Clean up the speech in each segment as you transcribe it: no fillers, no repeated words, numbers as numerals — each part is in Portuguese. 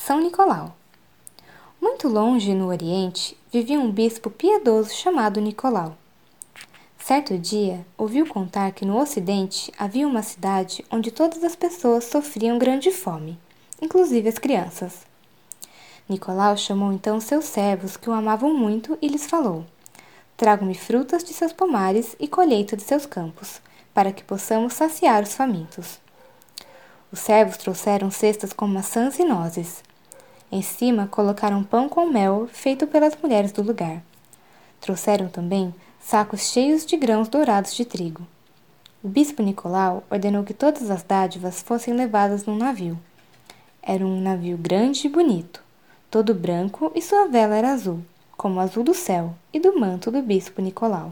São Nicolau. Muito longe no Oriente vivia um bispo piedoso chamado Nicolau. Certo dia, ouviu contar que no Ocidente havia uma cidade onde todas as pessoas sofriam grande fome, inclusive as crianças. Nicolau chamou então seus servos que o amavam muito e lhes falou: Tragam-me frutas de seus pomares e colheita de seus campos, para que possamos saciar os famintos. Os servos trouxeram cestas com maçãs e nozes. Em cima colocaram pão com mel feito pelas mulheres do lugar. Trouxeram também sacos cheios de grãos dourados de trigo. O bispo Nicolau ordenou que todas as dádivas fossem levadas num navio. Era um navio grande e bonito, todo branco, e sua vela era azul, como o azul do céu e do manto do bispo Nicolau.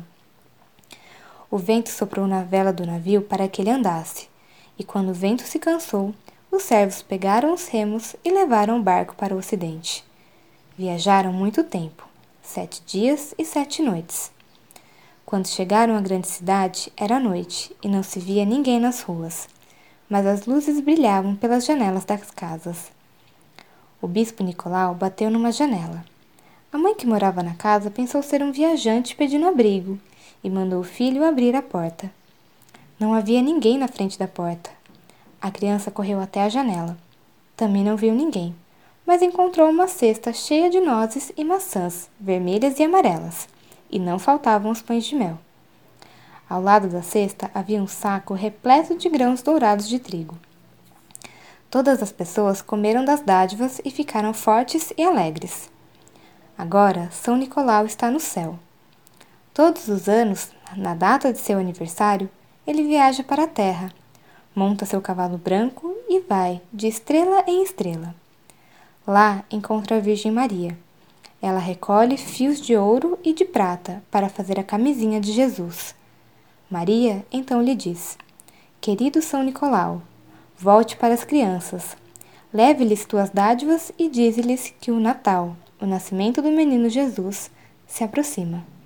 O vento soprou na vela do navio para que ele andasse, e quando o vento se cansou, os servos pegaram os remos e levaram o barco para o ocidente. Viajaram muito tempo, 7 dias e 7 noites. Quando chegaram à grande cidade, era noite e não se via ninguém nas ruas, mas as luzes brilhavam pelas janelas das casas. O bispo Nicolau bateu numa janela. A mãe que morava na casa pensou ser um viajante pedindo abrigo e mandou o filho abrir a porta. Não havia ninguém na frente da porta. A criança correu até a janela. Também não viu ninguém, mas encontrou uma cesta cheia de nozes e maçãs, vermelhas e amarelas, e não faltavam os pães de mel. Ao lado da cesta havia um saco repleto de grãos dourados de trigo. Todas as pessoas comeram das dádivas e ficaram fortes e alegres. Agora, São Nicolau está no céu. Todos os anos, na data de seu aniversário, ele viaja para a terra, monta seu cavalo branco e vai de estrela em estrela. Lá encontra a Virgem Maria. Ela recolhe fios de ouro e de prata para fazer a camisinha de Jesus. Maria então lhe diz: Querido São Nicolau, volte para as crianças. Leve-lhes tuas dádivas e dize-lhes que o Natal, o nascimento do menino Jesus, se aproxima.